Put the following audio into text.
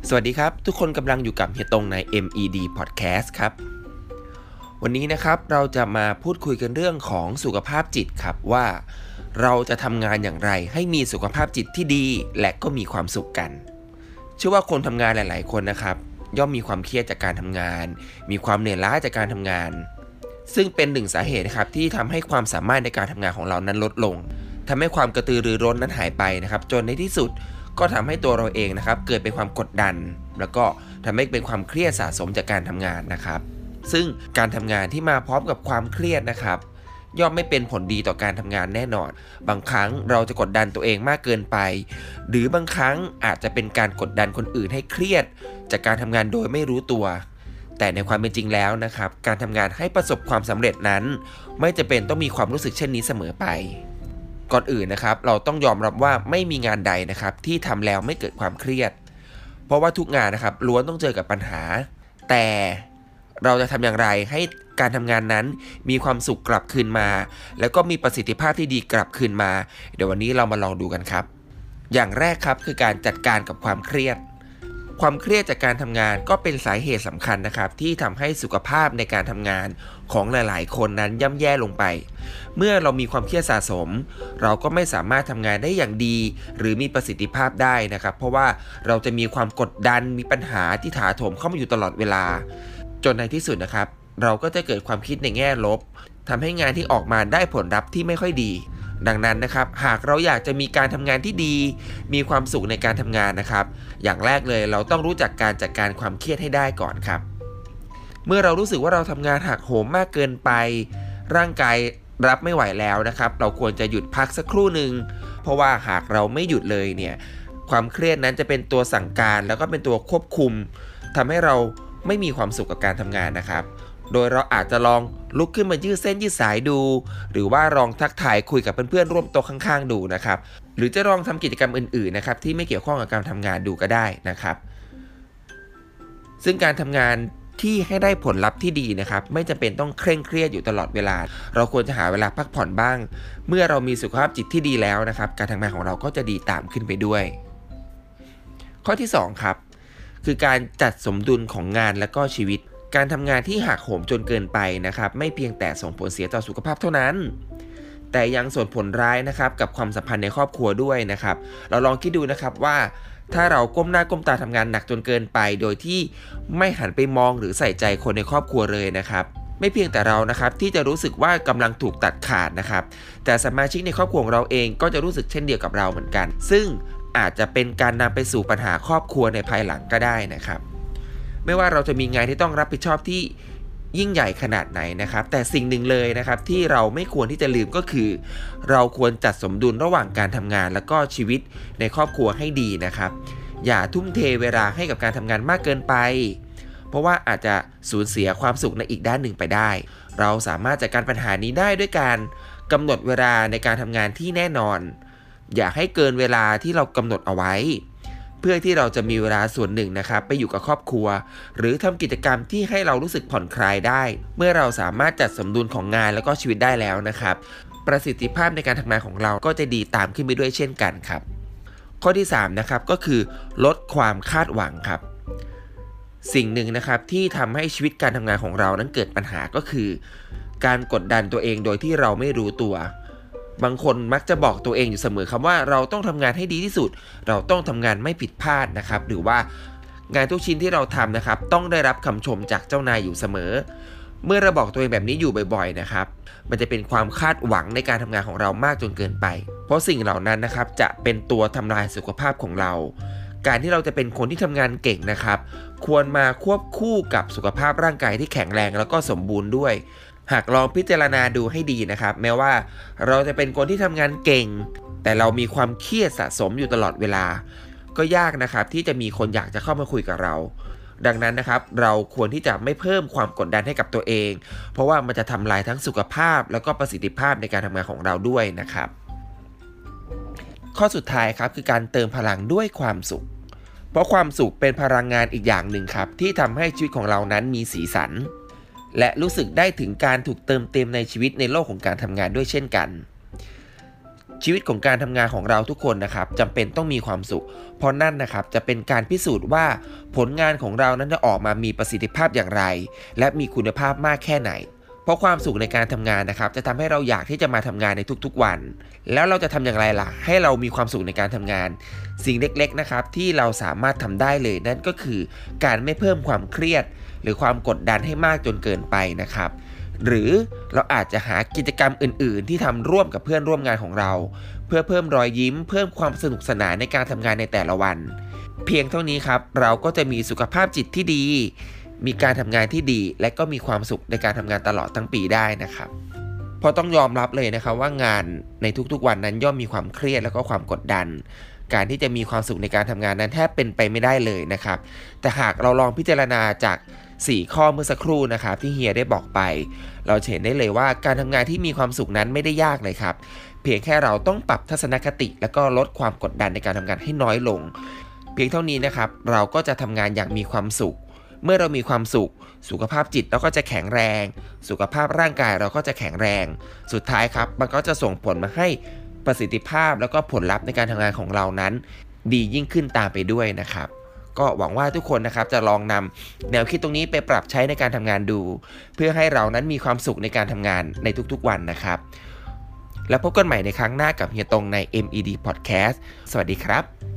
สวัสดีครับทุกคนกำลังอยู่กับเฮียตงใน MED Podcast ครับวันนี้นะครับเราจะมาพูดคุยกันเรื่องของสุขภาพจิตครับว่าเราจะทำงานอย่างไรให้มีสุขภาพจิตที่ดีและก็มีความสุขกันเชื่อว่าคนทำงานหลายๆคนนะครับย่อมมีความเครียดจากการทำงานมีความเหนื่อยล้าจากการทำงานซึ่งเป็นหนึ่งสาเหตุนะครับที่ทำให้ความสามารถในการทำงานของเรานั้นลดลงทำให้ความกระตือรือร้นนั้นหายไปนะครับจนในที่สุดก็ทำให้ตัวเราเองนะครับเกิดเป็นความกดดันแล้วก็ทำให้เป็นความเครียดสะสมจากการทำงานนะครับซึ่งการทำงานที่มาพร้อมกับความเครียดนะครับย่อมไม่เป็นผลดีต่อการทำงานแน่นอนบางครั้งเราจะกดดันตัวเองมากเกินไปหรือบางครั้งอาจจะเป็นการกดดันคนอื่นให้เครียดจากการทำงานโดยไม่รู้ตัวแต่ในความเป็นจริงแล้วนะครับการทำงานให้ประสบความสำเร็จนั้นไม่จำเป็นต้องมีความรู้สึกเช่นนี้เสมอไปก่อนอื่นนะครับเราต้องยอมรับว่าไม่มีงานใดนะครับที่ทำแล้วไม่เกิดความเครียดเพราะว่าทุกงานนะครับล้วนต้องเจอกับปัญหาแต่เราจะทำอย่างไรให้การทำงานนั้นมีความสุขกลับคืนมาแล้วก็มีประสิทธิภาพที่ดีกลับคืนมาเดี๋ยววันนี้เรามาลองดูกันครับอย่างแรกครับคือการจัดการกับความเครียดความเครียดจากการทำงานก็เป็นสาเหตุสำคัญนะครับที่ทำให้สุขภาพในการทำงานของหลายๆคนนั้นย่ำแย่ลงไปเมื่อเรามีความเครียดสะสมเราก็ไม่สามารถทำงานได้อย่างดีหรือมีประสิทธิภาพได้นะครับเพราะว่าเราจะมีความกดดันมีปัญหาที่ถาโถมเข้ามาอยู่ตลอดเวลาจนในที่สุดนะครับเราก็จะเกิดความคิดในแง่ลบทำให้งานที่ออกมาได้ผลลัพธ์ที่ไม่ค่อยดีดังนั้นนะครับหากเราอยากจะมีการทำงานที่ดีมีความสุขในการทำงานนะครับอย่างแรกเลยเราต้องรู้จักการจัดการความเครียดให้ได้ก่อนครับเมื่อเรารู้สึกว่าเราทำงานหักโหมมากเกินไปร่างกายรับไม่ไหวแล้วนะครับเราควรจะหยุดพักสักครู่หนึ่งเพราะว่าหากเราไม่หยุดเลยเนี่ยความเครียดนั้นจะเป็นตัวสั่งการแล้วก็เป็นตัวควบคุมทำให้เราไม่มีความสุขกับการทำงานนะครับโดยเราอาจจะลองลุกขึ้นมายืดเส้นยืดสายดูหรือว่าลองทักทายคุยกับเพื่อนๆร่วมโต๊ะข้างๆดูนะครับหรือจะลองทำกิจกรรมอื่นๆนะครับที่ไม่เกี่ยวข้องกับการทำงานดูก็ได้นะครับซึ่งการทำงานที่ให้ได้ผลลัพธ์ที่ดีนะครับไม่จำเป็นต้องเคร่งเครียดอยู่ตลอดเวลาเราควรจะหาเวลาพักผ่อนบ้างเมื่อเรามีสุขภาพจิตที่ดีแล้วนะครับการทำงานของเราก็จะดีตามขึ้นไปด้วยข้อที่2ครับคือการจัดสมดุลของงานและก็ชีวิตการทำงานที่หักโหมจนเกินไปนะครับไม่เพียงแต่ส่งผลเสียต่อสุขภาพเท่านั้นแต่ยังส่งผลร้ายนะครับกับความสัมพันธ์ในครอบครัวด้วยนะครับเราลองคิดดูนะครับว่าถ้าเราก้มหน้าก้มตาทำงานหนักจนเกินไปโดยที่ไม่หันไปมองหรือใส่ใจคนในครอบครัวเลยนะครับไม่เพียงแต่เรานะครับที่จะรู้สึกว่ากำลังถูกตัดขาดนะครับแต่สมาชิกในครอบครัวของเราเองก็จะรู้สึกเช่นเดียวกับเราเหมือนกันซึ่งอาจจะเป็นการนำไปสู่ปัญหาครอบครัวในภายหลังก็ได้นะครับไม่ว่าเราจะมีงานที่ต้องรับผิดชอบที่ยิ่งใหญ่ขนาดไหนนะครับแต่สิ่งหนึ่งเลยนะครับที่เราไม่ควรที่จะลืมก็คือเราควรจัดสมดุลระหว่างการทำงานและก็ชีวิตในครอบครัวให้ดีนะครับอย่าทุ่มเทเวลาให้กับการทำงานมากเกินไปเพราะว่าอาจจะสูญเสียความสุขในอีกด้านหนึ่งไปได้เราสามารถจัดการปัญหานี้ได้ด้วยการกำหนดเวลาในการทำงานที่แน่นอนอย่าให้เกินเวลาที่เรากำหนดเอาไว้เพื่อที่เราจะมีเวลาส่วนหนึ่งนะครับไปอยู่กับครอบครัวหรือทำกิจกรรมที่ให้เรารู้สึกผ่อนคลายได้เมื่อเราสามารถจัดสมดุลของงานแล้วก็ชีวิตได้แล้วนะครับประสิทธิภาพในการทำงานของเราก็จะดีตามขึ้นไปด้วยเช่นกันครับข้อที่3นะครับก็คือลดความคาดหวังครับสิ่งหนึ่งนะครับที่ทำให้ชีวิตการทำงานของเรานั้นเกิดปัญหาก็คือการกดดันตัวเองโดยที่เราไม่รู้ตัวบางคนมักจะบอกตัวเองอยู่เสมอครับว่าเราต้องทำงานให้ดีที่สุดเราต้องทำงานไม่ผิดพลาดนะครับหรือว่างานทุกชิ้นที่เราทำนะครับต้องได้รับคำชมจากเจ้านายอยู่เสมอเมื่อเราบอกตัวเองแบบนี้อยู่บ่อยๆนะครับมันจะเป็นความคาดหวังในการทำงานของเรามากจนเกินไปเพราะสิ่งเหล่านั้นนะครับจะเป็นตัวทำลายสุขภาพของเราการที่เราจะเป็นคนที่ทำงานเก่งนะครับควรมาควบคู่กับสุขภาพร่างกายที่แข็งแรงแล้วก็สมบูรณ์ด้วยหากลองพิจารณาดูให้ดีนะครับแม้ว่าเราจะเป็นคนที่ทำงานเก่งแต่เรามีความเครียดสะสมอยู่ตลอดเวลาก็ยากนะครับที่จะมีคนอยากจะเข้ามาคุยกับเราดังนั้นนะครับเราควรที่จะไม่เพิ่มความกดดันให้กับตัวเองเพราะว่ามันจะทำลายทั้งสุขภาพแล้วก็ประสิทธิภาพในการทำงานของเราด้วยนะครับข้อสุดท้ายครับคือการเติมพลังด้วยความสุขเพราะความสุขเป็นพลังงานอีกอย่างหนึ่งครับที่ทำให้ชีวิตของเรานั้นมีสีสันและรู้สึกได้ถึงการถูกเติมเต็มในชีวิตในโลกของการทำงานด้วยเช่นกันชีวิตของการทำงานของเราทุกคนนะครับจำเป็นต้องมีความสุขเพราะนั่นนะครับจะเป็นการพิสูจน์ว่าผลงานของเรานั้นจะออกมามีประสิทธิภาพอย่างไรและมีคุณภาพมากแค่ไหนเพราะความสุขในการทำงานนะครับจะทำให้เราอยากที่จะมาทำงานในทุกๆวันแล้วเราจะทำอย่างไรล่ะให้เรามีความสุขในการทำงานสิ่งเล็กๆนะครับที่เราสามารถทำได้เลยนั่นก็คือการไม่เพิ่มความเครียดหรือความกดดันให้มากจนเกินไปนะครับหรือเราอาจจะหากิจกรรมอื่นๆที่ทำร่วมกับเพื่อนร่วมงานของเราเพื่อเพิ่มรอยยิ้มเพิ่มความสนุกสนานในการทำงานในแต่ละวันเพียงเท่านี้ครับเราก็จะมีสุขภาพจิตที่ดีมีการทำงานที่ดีและก็มีความสุขในการทำงานตลอดทั้งปีได้นะครับเพราะต้องยอมรับเลยนะครับว่างานในทุกๆวันนั้นย่อมมีความเครียดและก็ความกดดันการที่จะมีความสุขในการทำงานนั้นแทบเป็นไปไม่ได้เลยนะครับแต่หากเราลองพิจารณาจาก4ข้อเมื่อสักครู่นะครับที่เฮียได้บอกไปเราเห็นได้เลยว่าการทำงานที่มีความสุขนั้นไม่ได้ยากเลยครับเพียงแค่เราต้องปรับทัศนคติและก็ลดความกดดันในการทำงานให้น้อยลงเพียงเท่านี้นะครับเราก็จะทำงานอย่างมีความสุขเมื่อเรามีความสุขสุขภาพจิตเราก็จะแข็งแรงสุขภาพร่างกายเราก็จะแข็งแรงสุดท้ายครับมันก็จะส่งผลมาให้ประสิทธิภาพแล้วก็ผลลัพธ์ในการทำงานของเรานั้นดียิ่งขึ้นตามไปด้วยนะครับก็หวังว่าทุกคนนะครับจะลองนำแนวคิดตรงนี้ไปปรับใช้ในการทำงานดูเพื่อให้เรานั้นมีความสุขในการทำงานในทุกๆวันนะครับแล้วพบกันใหม่ในครั้งหน้ากับเฮียตงใน MED Podcast สวัสดีครับ